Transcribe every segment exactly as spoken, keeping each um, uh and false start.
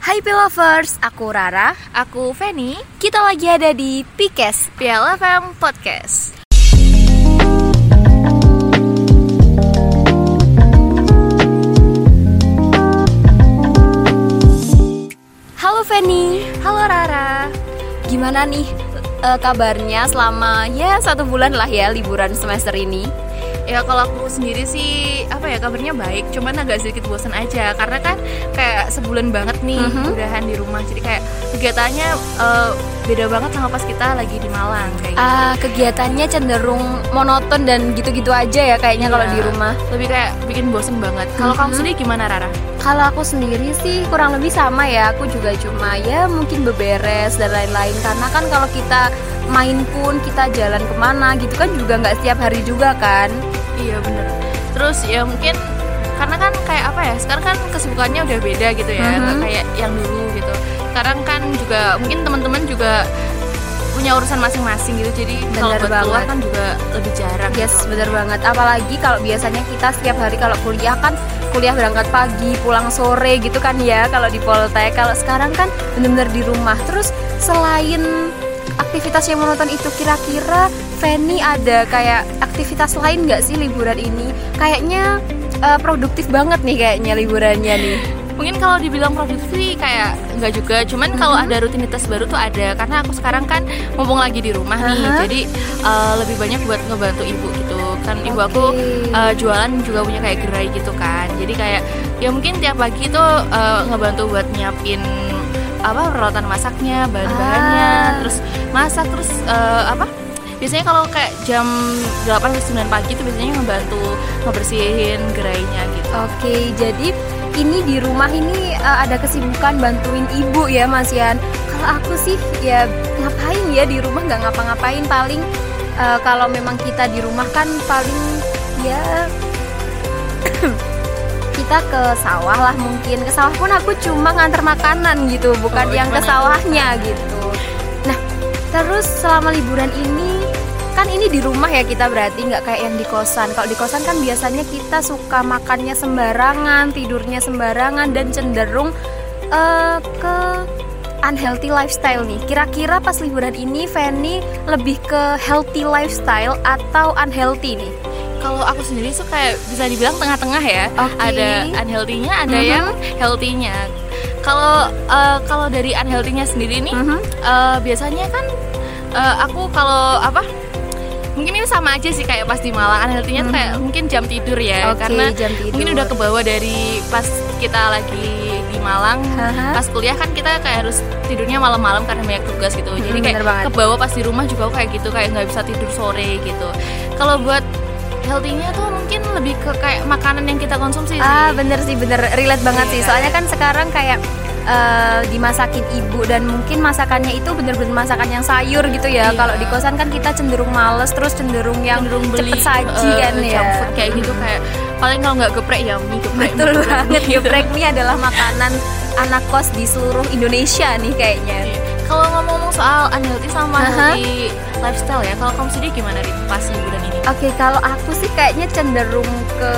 Hai Pilovers, aku Rara, aku Feni. Kita lagi ada di Pikes P L F M Podcast. Halo Feni. Halo Rara. Gimana nih uh, kabarnya selama ya satu bulan lah ya liburan semester ini? Ya kalau aku sendiri sih apa ya kabarnya baik, cuman agak sedikit bosan aja karena kan kayak sebulan banget nih uh-huh. udahan di rumah, jadi kayak kegiatannya uh, beda banget sama pas kita lagi di Malang kayak gitu. Ah, kegiatannya cenderung monoton dan gitu-gitu aja ya kayaknya ya, kalau di rumah. Lebih kayak bikin bosan banget. Kalau uh-huh. kamu sendiri gimana Rara? Kalau aku sendiri sih kurang lebih sama ya, aku juga cuma ya mungkin beberes dan lain-lain karena kan kalau kita main pun kita jalan kemana gitu kan juga nggak setiap hari juga kan. Iya bener. Terus ya mungkin karena kan kayak apa ya, sekarang kan kesibukannya udah beda gitu ya, nggak mm-hmm. kayak yang dulu gitu. Sekarang kan juga mungkin teman-teman juga punya urusan masing-masing gitu, jadi kalau buat keluar kan juga lebih jarang. Yes, gitu. Bener banget. Apalagi kalau biasanya kita setiap hari kalau kuliah kan kuliah berangkat pagi, pulang sore gitu kan ya kalau di Poltek. Kalau sekarang kan bener-bener di rumah. Terus selain aktivitas yang monoton itu, kira-kira Feni ada kayak aktivitas lain nggak sih liburan ini? Kayaknya uh, produktif banget nih kayaknya liburannya nih. Mungkin kalau dibilang produktif sih kayak nggak juga, cuman mm-hmm. kalau ada rutinitas baru tuh ada. Karena aku sekarang kan mumpung lagi di rumah nih, uh-huh. jadi uh, lebih banyak buat ngebantu ibu gitu. Kan ibu okay. aku uh, jualan juga punya kayak gerai gitu kan. Jadi kayak ya mungkin tiap pagi tuh uh, ngebantu buat nyiapin apa peralatan masaknya, bahan-bahannya, ah. terus masak, terus uh, apa? Biasanya kalau kayak jam delapan sampai sembilan pagi tuh biasanya ngebantu ngebersihin gerainya gitu. Oke, jadi ini di rumah ini uh, ada kesibukan bantuin ibu ya Mas Yan. Kalau aku sih ya ngapain ya di rumah, nggak ngapa-ngapain, paling uh, kalau memang kita di rumah kan paling ya kita ke sawah lah, mungkin ke sawah pun aku cuma nganter makanan gitu, bukan oh, yang ke sawahnya itu? gitu. Nah terus selama liburan ini kan ini di rumah ya kita, berarti nggak kayak yang di kosan. Kalau di kosan kan biasanya kita suka makannya sembarangan, tidurnya sembarangan, dan cenderung uh, ke unhealthy lifestyle nih. Kira-kira pas liburan ini Feni lebih ke healthy lifestyle atau unhealthy nih? Kalau aku sendiri tuh kayak bisa dibilang tengah-tengah ya. Okay. Ada unhealthy-nya, ada mm-hmm. yang healthy-nya. Kalau uh, kalau dari unhealthy-nya sendiri nih, mm-hmm. uh, biasanya kan uh, aku kalau apa? Mungkin ini sama aja sih kayak pas di Malang. Unhealthy-nya mm-hmm. tuh kayak mungkin jam tidur ya, okay, karena jam tidur. Mungkin udah kebawa dari pas kita lagi di Malang, uh-huh. pas kuliah kan kita kayak harus tidurnya malam-malam karena banyak tugas gitu. Mm-hmm, jadi kayak kebawa pas di rumah juga kayak gitu, kayak nggak bisa tidur sore gitu. Kalau buat healthy-nya tuh mungkin lebih ke kayak makanan yang kita konsumsi sih. Ah bener sih, bener relate banget yeah. sih. Soalnya kan sekarang kayak uh, dimasakin ibu, dan mungkin masakannya itu bener-bener masakan yang sayur gitu ya. Yeah. Kalau di kosan kan kita cenderung males, terus cenderung yang cenderung beli, cepet saji uh, kan ya. Junk food kayak gitu, kayak paling kalau nggak geprek ya mie geprek. Betul mie, banget, geprek mie adalah makanan anak kos di seluruh Indonesia nih kayaknya. Yeah. Kalau ngomong-ngomong soal unhealthy sama uh-huh. healthy lifestyle ya, kalau kamu sendiri gimana Rin pas liburan ini? Oke, okay, kalau aku sih kayaknya cenderung ke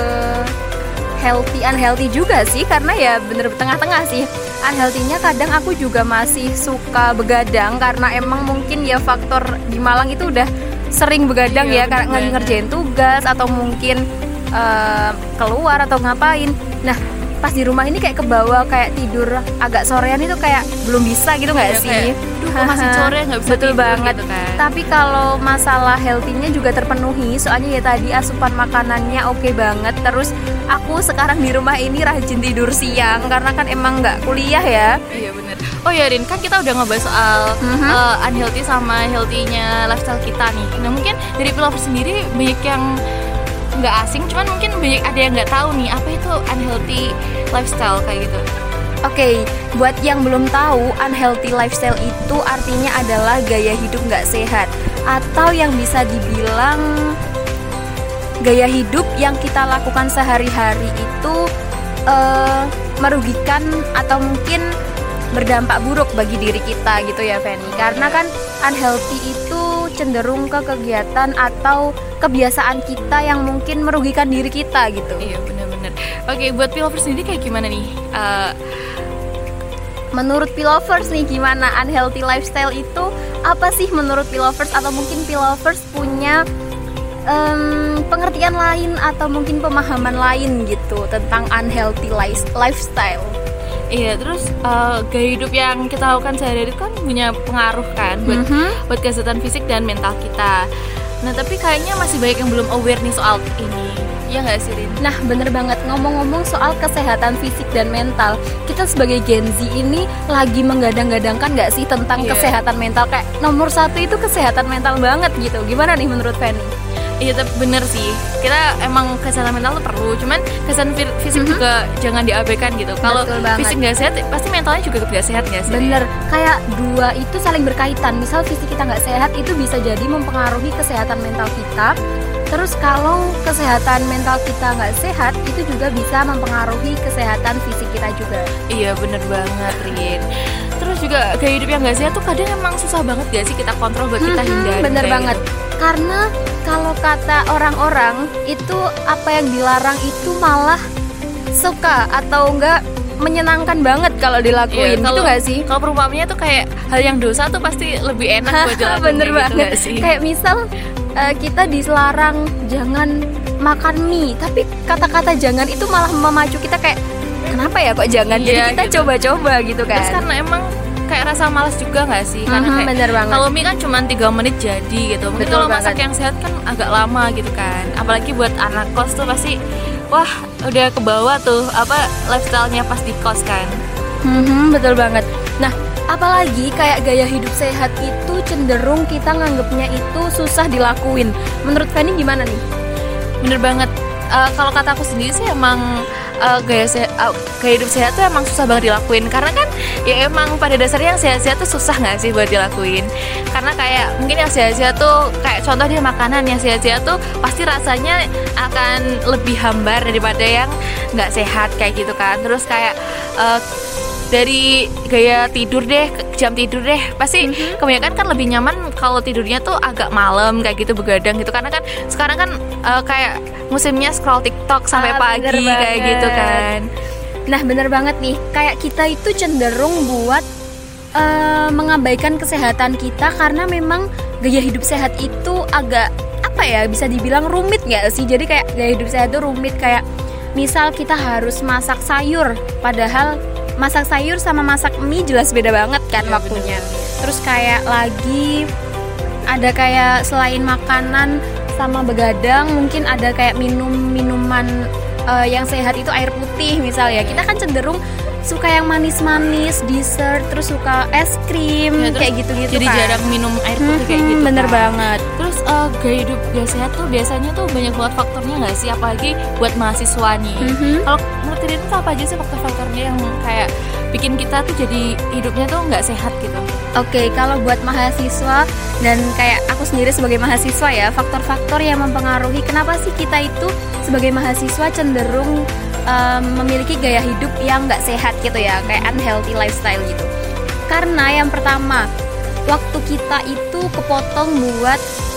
healthy unhealthy juga sih, karena ya bener tengah-tengah sih. Unhealthy-nya kadang aku juga masih suka begadang karena emang mungkin ya faktor di Malang itu udah sering begadang iya, ya karena ngerjain tugas atau mungkin uh, keluar atau ngapain. Nah pas di rumah ini kayak kebawa kayak tidur agak sorean itu kayak belum bisa gitu nggak ya, sih? Duh, masih sore nggak bisa betul tidur banget. Gitu kan. Tapi kalau masalah healthy-nya juga terpenuhi, soalnya ya tadi asupan makanannya oke okay banget. Terus aku sekarang di rumah ini rajin tidur siang karena kan emang nggak kuliah ya. Iya benar. Oh ya Rin, kan kita udah ngebahas soal mm-hmm. uh, unhealthy sama healthy-nya lifestyle kita nih. Nah mungkin dari Pilovers sendiri banyak yang nggak asing, cuman mungkin banyak ada yang nggak tahu nih apa itu unhealthy lifestyle kayak gitu. Oke, okay, buat yang belum tahu, unhealthy lifestyle itu artinya adalah gaya hidup nggak sehat, atau yang bisa dibilang gaya hidup yang kita lakukan sehari-hari itu uh, merugikan atau mungkin berdampak buruk bagi diri kita gitu ya Feni. Karena kan unhealthy itu cenderung ke kegiatan atau kebiasaan kita yang mungkin merugikan diri kita gitu. Iya benar-benar. Oke, buat Pilovers sendiri kayak gimana nih? Uh, menurut Pilovers nih gimana unhealthy lifestyle itu apa sih menurut Pilovers, atau mungkin Pilovers punya um, pengertian lain atau mungkin pemahaman lain gitu tentang unhealthy lifestyle? Iya, terus uh, gaya hidup yang kita lakukan sehari-hari kan punya pengaruh kan buat mm-hmm. buat kesehatan fisik dan mental kita. Nah, tapi kayaknya masih banyak yang belum aware nih soal ini. Ya nggak sih, Rin? Nah, bener banget. Ngomong-ngomong soal kesehatan fisik dan mental, kita sebagai Gen Z ini lagi menggadang-gadangkan nggak sih tentang yeah. kesehatan mental? Kayak nomor satu itu kesehatan mental banget gitu. Gimana nih menurut Fanny? Iya, tapi bener sih. Kita emang kesehatan mental tuh perlu. Cuman kesehatan fisik mm-hmm. juga jangan diabaikan gitu. Kalau fisik nggak sehat, pasti mentalnya juga nggak sehat nggak sih? Bener. Kayak dua itu saling berkaitan. Misal fisik kita nggak sehat, itu bisa jadi mempengaruhi kesehatan mental kita. Terus kalau kesehatan mental kita nggak sehat, itu juga bisa mempengaruhi kesehatan fisik kita juga. Iya, bener banget, Rin. Terus juga gaya hidup yang nggak sehat tuh kadang emang susah banget gak sih kita kontrol buat hmm, kita hindari. Bener banget. Gitu. Karena kalau kata orang-orang itu apa yang dilarang itu malah suka atau enggak menyenangkan banget kalau dilakuin. Iya, gitu nggak sih? Kalau perumpamannya tuh kayak hal yang dosa tuh pasti lebih enak buat dilakuin. Bener gitu banget. Sih? Kayak misal uh, kita dilarang jangan makan mie, tapi kata-kata jangan itu malah memacu kita kayak kenapa ya kok jangan? Iya, jadi kita gitu. coba-coba gitu kan. Terus karena emang kayak rasa malas juga nggak sih? Karena mm-hmm, kayak kalau mie kan cuma tiga menit jadi gitu. Mungkin kalau masak yang sehat kan agak lama gitu kan. Apalagi buat anak kos tuh pasti wah udah ke bawah tuh apa lifestyle-nya pas di kos kan. Mm-hmm, betul banget. Nah, apalagi kayak gaya hidup sehat itu cenderung kita nganggapnya itu susah dilakuin. Menurut Fanny gimana nih? Bener banget. Uh, kalau kata aku sendiri sih emang uh, gaya, se- uh, gaya hidup sehat tuh emang susah banget dilakuin. Karena kan ya emang pada dasarnya yang sehat-sehat tuh susah gak sih buat dilakuin. Karena kayak mungkin yang sehat-sehat tuh kayak contoh dia makanan yang sehat-sehat tuh pasti rasanya akan lebih hambar daripada yang gak sehat kayak gitu kan. Terus kayak uh, dari gaya tidur deh, jam tidur deh, pasti mm-hmm. kebanyakan kan lebih nyaman kalau tidurnya tuh agak malam kayak gitu begadang gitu. Karena kan sekarang kan uh, kayak musimnya scroll TikTok sampai ah, pagi kayak gitu kan. Nah, bener banget nih, kayak kita itu cenderung buat uh, mengabaikan kesehatan kita karena memang gaya hidup sehat itu agak apa ya, bisa dibilang rumit nggak sih? Jadi kayak gaya hidup sehat itu rumit, kayak misal kita harus masak sayur, padahal masak sayur sama masak mie jelas beda banget kan ya, waktunya. Bener. Terus kayak lagi ada kayak selain makanan sama begadang, mungkin ada kayak minum-minuman uh, yang sehat itu air putih misal ya. Kita kan cenderung suka yang manis-manis, dessert, terus suka es krim ya, kayak gitu-gitu jadi kan. Jadi jarang minum air putih hmm, kayak gitu. Bener kan. banget. Terus uh, gaya hidup gak sehat tuh biasanya tuh banyak banget faktornya nggak sih? Apalagi buat mahasiswa nih. Mm-hmm. Kalau menurut diri itu apa aja sih faktor-faktornya yang kayak bikin kita tuh jadi hidupnya tuh nggak sehat gitu? Oke, okay, kalau buat mahasiswa dan kayak aku sendiri sebagai mahasiswa ya, faktor-faktor yang mempengaruhi kenapa sih kita itu sebagai mahasiswa cenderung um, memiliki gaya hidup yang nggak sehat gitu ya, kayak unhealthy lifestyle gitu. Karena yang pertama, waktu kita itu kepotong buat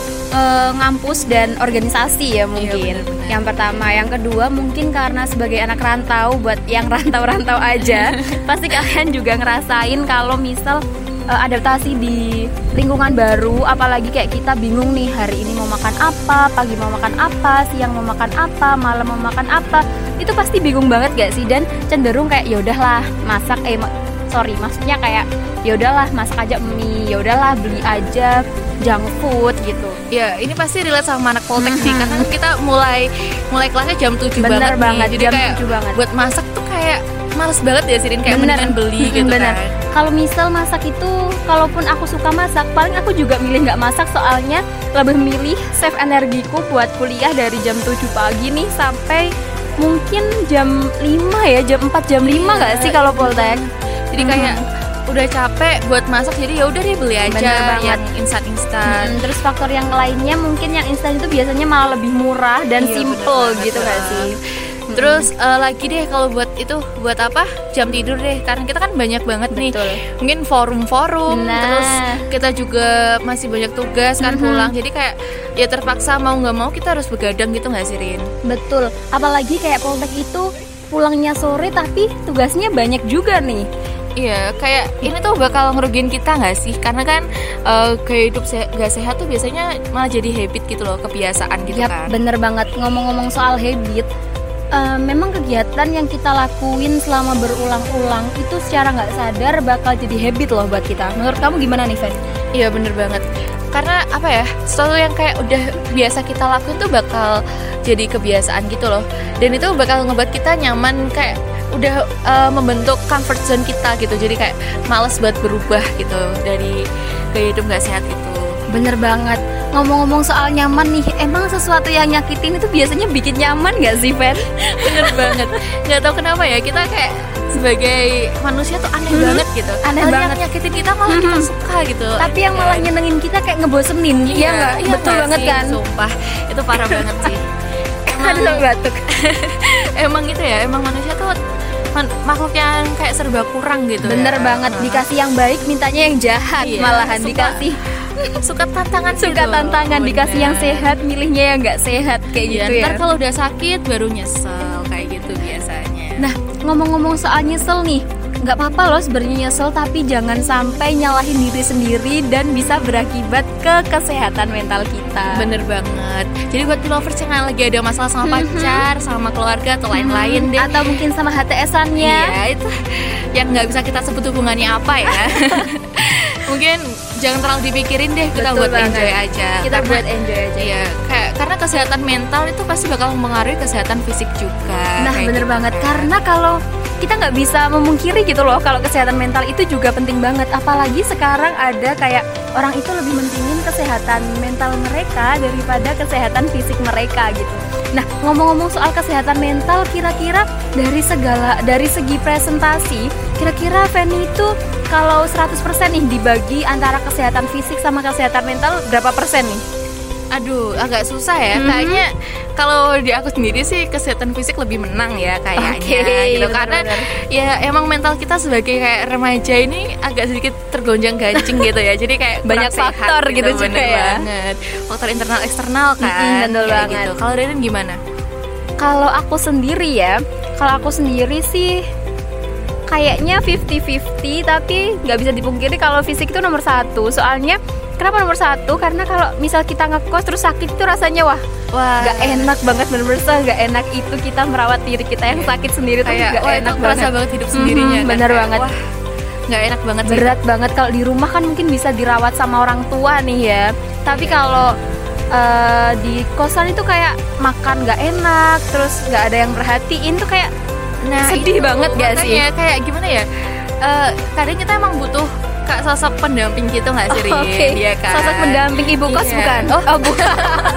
uh, ngampus dan organisasi ya mungkin. Iya, bener-bener. Yang pertama, yang kedua mungkin karena sebagai anak rantau, buat yang rantau-rantau aja, pasti kalian juga ngerasain kalau misal uh, adaptasi di lingkungan baru, apalagi kayak kita bingung nih hari ini mau makan apa, pagi mau makan apa, siang mau makan apa, malam mau makan apa, itu pasti bingung banget gak sih? Dan cenderung kayak ya udahlah masak eh ma- sorry maksudnya kayak ya udahlah masak aja mie, ya udahlah beli aja junk food gitu. Ya ini pasti relate sama anak Poltek mm-hmm. sih, karena kita mulai mulai kelasnya jam tujuh banget, banget nih. Jadi jam kayak tujuh banget. Buat masak tuh kayak males banget ya Sirin, kayak mendingan beli gitu bener. Kan. Kalau misal masak itu, kalaupun aku suka masak, paling aku juga milih nggak masak, soalnya lebih milih save energiku buat kuliah dari jam tujuh pagi nih sampai mungkin jam lima ya, jam empat jam lima nggak sih kalau Poltek? Jadi kayak hmm. udah capek buat masak, jadi ya udah deh beli aja yang instan-instan. Hmm, terus faktor yang lainnya mungkin yang instan itu biasanya malah lebih murah dan iya, simple gitu nggak sih? Terus uh, lagi deh kalau buat itu buat apa jam tidur deh, karena kita kan banyak banget Betul. nih mungkin forum-forum nah. Terus kita juga masih banyak tugas kan mm-hmm. pulang, jadi kayak ya terpaksa mau nggak mau kita harus begadang gitu nggak sih Rin? Betul, apalagi kayak Poltek itu pulangnya sore tapi tugasnya banyak juga nih. Iya, kayak ini tuh bakal ngerugiin kita nggak sih? Karena kan uh, gaya hidup se- gak sehat tuh biasanya malah jadi habit gitu loh, kebiasaan gitu Yap, kan. bener banget. Ngomong-ngomong soal habit, uh, memang kegiatan yang kita lakuin selama berulang-ulang itu secara nggak sadar bakal jadi habit loh buat kita. Menurut kamu gimana nih, Fen? Iya bener banget. Karena apa ya, sesuatu yang kayak udah biasa kita lakuin tuh bakal jadi kebiasaan gitu loh. Dan itu bakal ngebuat kita nyaman, kayak udah uh, membentuk comfort zone kita gitu. Jadi kayak males buat berubah gitu dari gaya hidup gak sehat itu. Bener banget. Ngomong-ngomong soal nyaman nih, emang sesuatu yang nyakitin itu biasanya bikin nyaman gak sih, Fen? Bener banget. Gak tahu kenapa ya, kita kayak sebagai manusia tuh aneh hmm, banget gitu. Aneh Hal banget. Yang nyakitin kita malah hmm. kita suka gitu. Tapi yang malah nyenengin kita kayak ngebosenin. Iya Iya nggak? Iya Betul gak banget sih? kan? Sumpah, itu parah banget sih. Aduh, sampai batuk. Emang gitu ya, emang manusia tuh man- makhluk yang kayak serba kurang gitu. Bener ya. banget, dikasih yang baik mintanya yang jahat. Iya, malahan suka, dikasih suka tantangan suka gitu. tantangan Bener. dikasih yang sehat milihnya yang nggak sehat kayak Iya, gitu ya. ntar kalau udah sakit baru nyesel kayak gitu biasanya. Nah, ngomong-ngomong soal nyesel nih, nggak apa-apa loh sebenarnya nyesel, tapi jangan sampai nyalahin diri sendiri dan bisa berakibat ke kesehatan mental kita. Bener banget. Jadi buat lovers yang lagi ada masalah sama pacar, sama keluarga atau lain-lain deh, atau mungkin sama H T S-annya. Iya, itu yang nggak bisa kita sebut hubungannya apa ya. Mungkin jangan terlalu dipikirin deh, kita Betul buat banget. enjoy aja. Kita Karena- buat enjoy aja. Iya, kayak karena kesehatan mental itu pasti bakal mempengaruhi kesehatan fisik juga. Nah, kayak bener gitu banget. kan. Karena kalau kita nggak bisa memungkiri gitu loh, kalau kesehatan mental itu juga penting banget. Apalagi sekarang ada kayak orang itu lebih mentingin kesehatan mental mereka daripada kesehatan fisik mereka gitu. Nah, ngomong-ngomong soal kesehatan mental, kira-kira dari segala dari segi presentasi, kira-kira Fanny itu kalau seratus persen nih dibagi antara kesehatan fisik sama kesehatan mental, berapa persen nih? Aduh, agak susah ya. Mhm. Kayaknya kalau di aku sendiri sih kesehatan fisik lebih menang ya kayaknya. Oke, gitu. Karena benar-benar. ya emang mental kita sebagai kayak remaja ini agak sedikit tergonjang-ganjing gitu ya. Jadi kayak Banyak kurang sehat faktor gitu juga bener ya. banget. Faktor internal eksternal kan. Mm-mm, betul kayak banget. gitu. Kalau Deden gimana? Kalau aku sendiri ya, kalau aku sendiri sih kayaknya fifty fifty, tapi nggak bisa dipungkiri kalau fisik itu nomor satu. Soalnya kenapa nomor satu? Karena kalau misal kita ngekos terus sakit itu rasanya wah Wah, nggak enak banget, bener-bener nggak enak itu kita merawat diri kita yang sakit sendiri tuh kayak nggak wah, enak itu kerasa banget. banget hidup sendirinya Mhm, kan. bener Kayak, banget. Wah, nggak enak banget sih. Berat banget kalau di rumah kan mungkin bisa dirawat sama orang tua nih ya. Tapi kalau eh, di kosan itu kayak makan nggak enak, terus nggak ada yang perhatiin tuh kayak Nah, sedih itu, banget gak sih? makanya kayak gimana ya? Eh, kadang kita emang butuh kak sosok pendamping gitu nggak sih, Rin? Oke, Iya kan? sosok pendamping ibu kos Iya. bukan? Oh, oh bukan.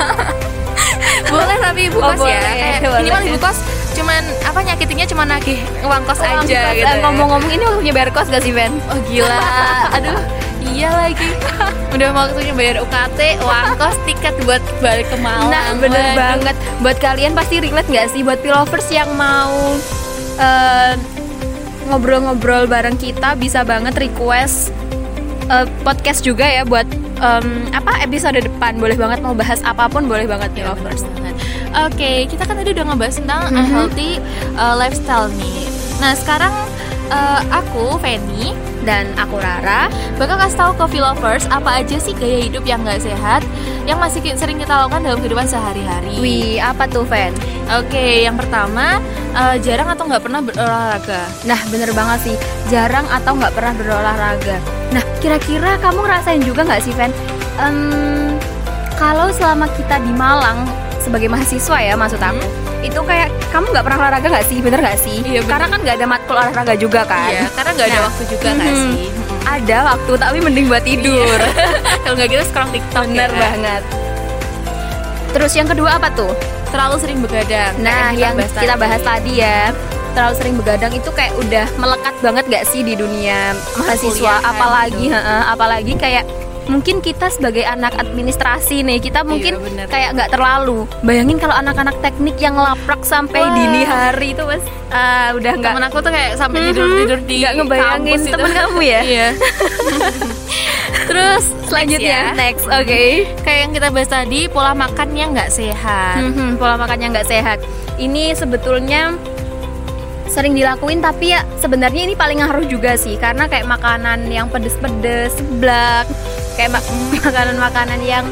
Boleh tapi ibu Oh, kos ya. boleh, Kayak boleh. minimal ibu kos cuman apa nyakitinnya cuma nagih uang kos Uang aja kos. gitu. Eh, ya. ngomong-ngomong ini waktunya bayar kos gak sih, Ben? Oh gila, aduh iya lagi. Udah waktunya bayar U K T, uang kos, tiket buat balik ke Malang. Nah, bener Waduh. banget. Buat kalian pasti relate gak sih? Buat Pilovers yang mau eh, ngobrol-ngobrol bareng kita, bisa banget request eh, podcast juga ya buat em, apa episode depan. Boleh banget mau bahas apapun, boleh banget Ya, Pilovers. bener banget. Oke, kita kan tadi udah ngebahas tentang Mhm. unhealthy uh, lifestyle nih. Nah, sekarang uh, aku, Fanny, Dan aku Rara. bakal kasih tahu ke Pilovers apa aja sih gaya hidup yang gak sehat yang masih ki- sering kita lakukan dalam kehidupan sehari-hari. Wih, apa tuh, Fen? Oke, yang pertama uh, jarang atau nggak pernah berolahraga. Nah, bener banget sih, jarang atau nggak pernah berolahraga. Nah, kira-kira kamu ngerasain juga nggak sih, Fen? Em, kalau selama kita di Malang sebagai mahasiswa ya, maksud aku, itu kayak kamu nggak pernah olahraga nggak sih? Bener nggak sih? Iya, bener. Karena kan nggak ada matkul olahraga juga kan? Iya, karena nggak ada Nah, waktu juga nggak mhm. sih. Ada waktu, tapi mending buat tidur. Kalau nggak gitu scroll TikTok. Bener ya. banget. Terus yang kedua apa tuh? Terlalu sering begadang. Nah, Kayak yang kita bahas tadi ya, terlalu sering begadang itu kayak udah melekat banget gak sih di dunia mahasiswa, Perkuliahan apalagi gitu. heeh, apalagi kayak mungkin kita sebagai anak administrasi nih, kita mungkin bener. kayak nggak terlalu. Bayangin kalau anak-anak teknik yang ngelaprak sampai Wah. dini hari itu mas, ah, udah nggak Temen aku tuh kayak sampai Mhm. tidur-tidur di Nggak ngebayangin kampus itu. temen kamu ya? Iya. Terus selanjutnya next next, oke. kayak yang kita bahas tadi, pola makan yang nggak sehat. Mhm, pola makannya nggak sehat. Ini sebetulnya sering dilakuin, tapi ya sebenarnya ini paling ngaruh juga sih, karena kayak makanan yang pedes-pedes, seblak, kayak mak- makanan-makanan yang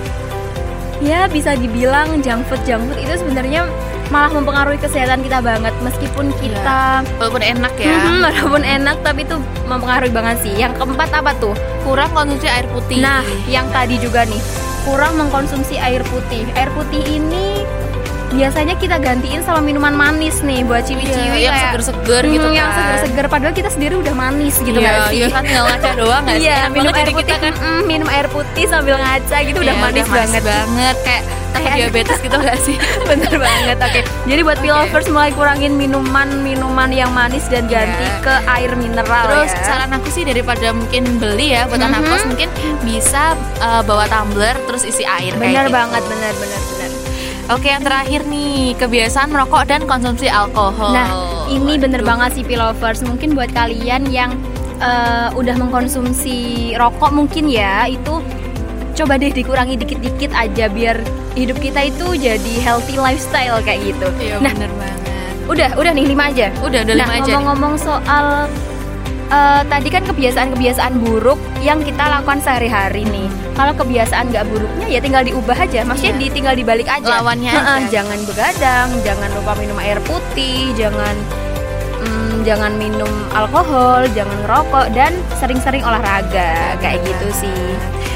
ya bisa dibilang junk food junk food itu sebenarnya malah mempengaruhi kesehatan kita banget, meskipun kita ya, walaupun enak ya hmm, walaupun enak tapi itu mempengaruhi banget sih. Yang keempat apa tuh? Kurang konsumsi air putih. Nah, yang tadi juga nih, kurang mengkonsumsi air putih. Air putih ini biasanya kita gantiin sama minuman manis nih buat ciwi-ciwi, iya, yang kayak seger-seger gitu hmm, kan. Yang seger-seger padahal kita sendiri udah manis gitu iya, nggak sih? Iya kan tinggal ngaca doang nggak sih? Iya, minum air putih kita kan mm, minum air putih sambil ngaca gitu udah iya, manis udah banget. banget kayak takut diabetes gitu nggak sih? Bener banget. Oke. Okay. Jadi buat okay. Pilovers mulai kurangin minuman-minuman yang manis dan ganti yeah. ke air mineral. Terus ya. saran aku sih daripada mungkin beli ya buat mm-hmm. anak kos, mungkin bisa uh, bawa tumbler terus isi air. Bener kayak banget, gitu. bener bener bener. Oke, yang terakhir nih, kebiasaan merokok dan konsumsi alkohol. Nah, ini bener Aduh. banget sih Pilovers. Mungkin buat kalian yang uh, udah mengkonsumsi rokok mungkin ya, itu coba deh dikurangi dikit-dikit aja biar hidup kita itu jadi healthy lifestyle kayak gitu. Iya, nah, bener banget. Udah, udah nih lima aja. Udah, udah nah, lima aja. Ngomong-ngomong soal uh, tadi kan kebiasaan-kebiasaan buruk yang kita lakukan sehari-hari nih. Kalau kebiasaan nggak buruknya ya tinggal diubah aja. Maksudnya iya. di, tinggal dibalik aja. Lawannya aja. Jangan begadang, jangan lupa minum air putih, jangan mm, jangan minum alkohol, jangan ngerokok, dan sering-sering olahraga kayak gitu sih.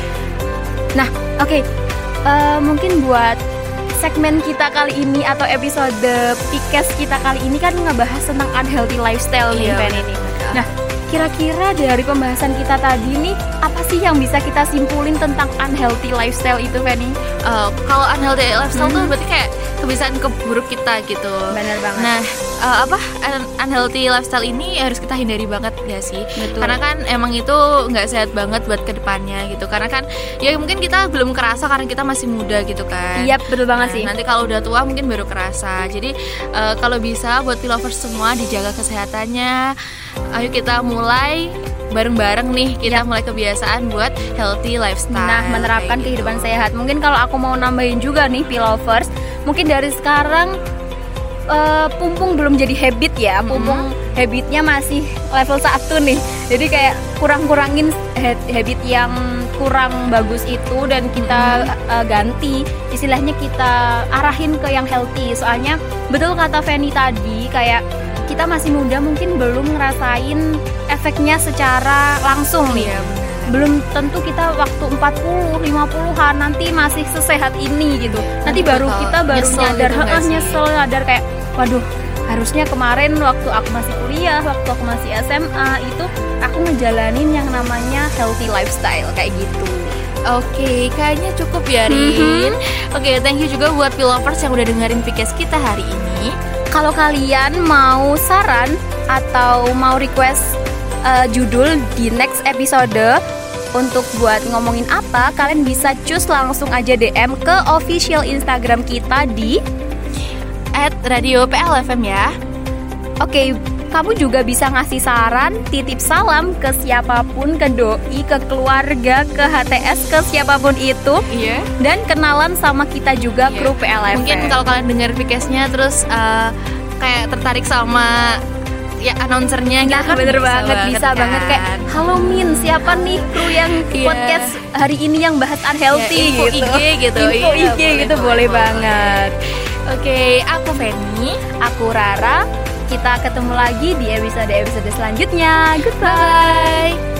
Nah, oke, okay. uh, mungkin buat segmen kita kali ini atau episode Pikes kita kali ini kan ngebahas tentang unhealthy lifestyle nih, iya, Fanny ini. Nah, kira-kira dari pembahasan kita tadi nih, apa sih yang bisa kita simpulin tentang unhealthy lifestyle itu, Fanny? Uh, kalau unhealthy lifestyle hmm. tuh berarti kayak kebiasaan keburuk kita gitu. Benar banget. Nah, uh, apa unhealthy lifestyle ini harus kita hindari banget ya sih. Betul. Karena kan emang itu nggak sehat banget buat kedepannya gitu. Karena kan ya mungkin kita belum kerasa karena kita masih muda gitu kan. Iya, betul banget nah, sih. Nanti kalau udah tua mungkin baru kerasa. Jadi uh, kalau bisa buat Pilovers semua dijaga kesehatannya. Ayo kita mulai bareng-bareng nih, kita ya. mulai kebiasaan buat healthy lifestyle. Nah, menerapkan gitu. kehidupan sehat. Mungkin kalau aku mau nambahin juga nih Pilovers, mungkin dari sekarang uh, pumpung belum jadi habit ya. Pumpung mm-hmm. habitnya masih level satu nih. Jadi kayak kurang-kurangin habit yang kurang bagus itu dan kita mm-hmm. uh, ganti. Istilahnya kita arahin ke yang healthy. Soalnya betul kata Fanny tadi, kayak kita masih muda mungkin belum ngerasain efeknya secara langsung nih. Iya, belum tentu kita waktu empat puluh, lima puluhan nanti masih sesehat ini gitu. Nanti baru kita baru nyesel nyadar, gitu heeh, nyesel, nyadar kayak waduh, harusnya kemarin waktu aku masih kuliah, waktu aku masih S M A itu aku ngejalanin yang namanya healthy lifestyle kayak gitu. Oke, kayaknya cukup ya, Rin. Mm-hmm. Oke, thank you juga buat Pilovers yang udah dengerin Pikes kita hari ini. Kalau kalian mau saran atau mau request uh, judul di next episode untuk buat ngomongin apa, kalian bisa cus langsung aja D M ke official Instagram kita di at radio P L F M ya. Oke, kamu juga bisa ngasih saran, titip salam ke siapapun, ke doi, ke keluarga, ke H T S, ke siapapun itu. Iya. Dan kenalan sama kita juga, iya. Kru P L F M. Mungkin kalau kalian dengar Pikesnya terus uh, kayak tertarik sama ya announcernya gitu, nah, kan bener bisa banget, banget bisa kan? banget kayak halo Min, siapa nih kru yang yeah. podcast hari ini yang bahas unhealthy, yeah, info gitu. I G gitu. Info iya, I G gitu boleh, boleh banget. Oke, okay, aku Fanny, aku Rara. Kita ketemu lagi di episode-episode selanjutnya. Goodbye.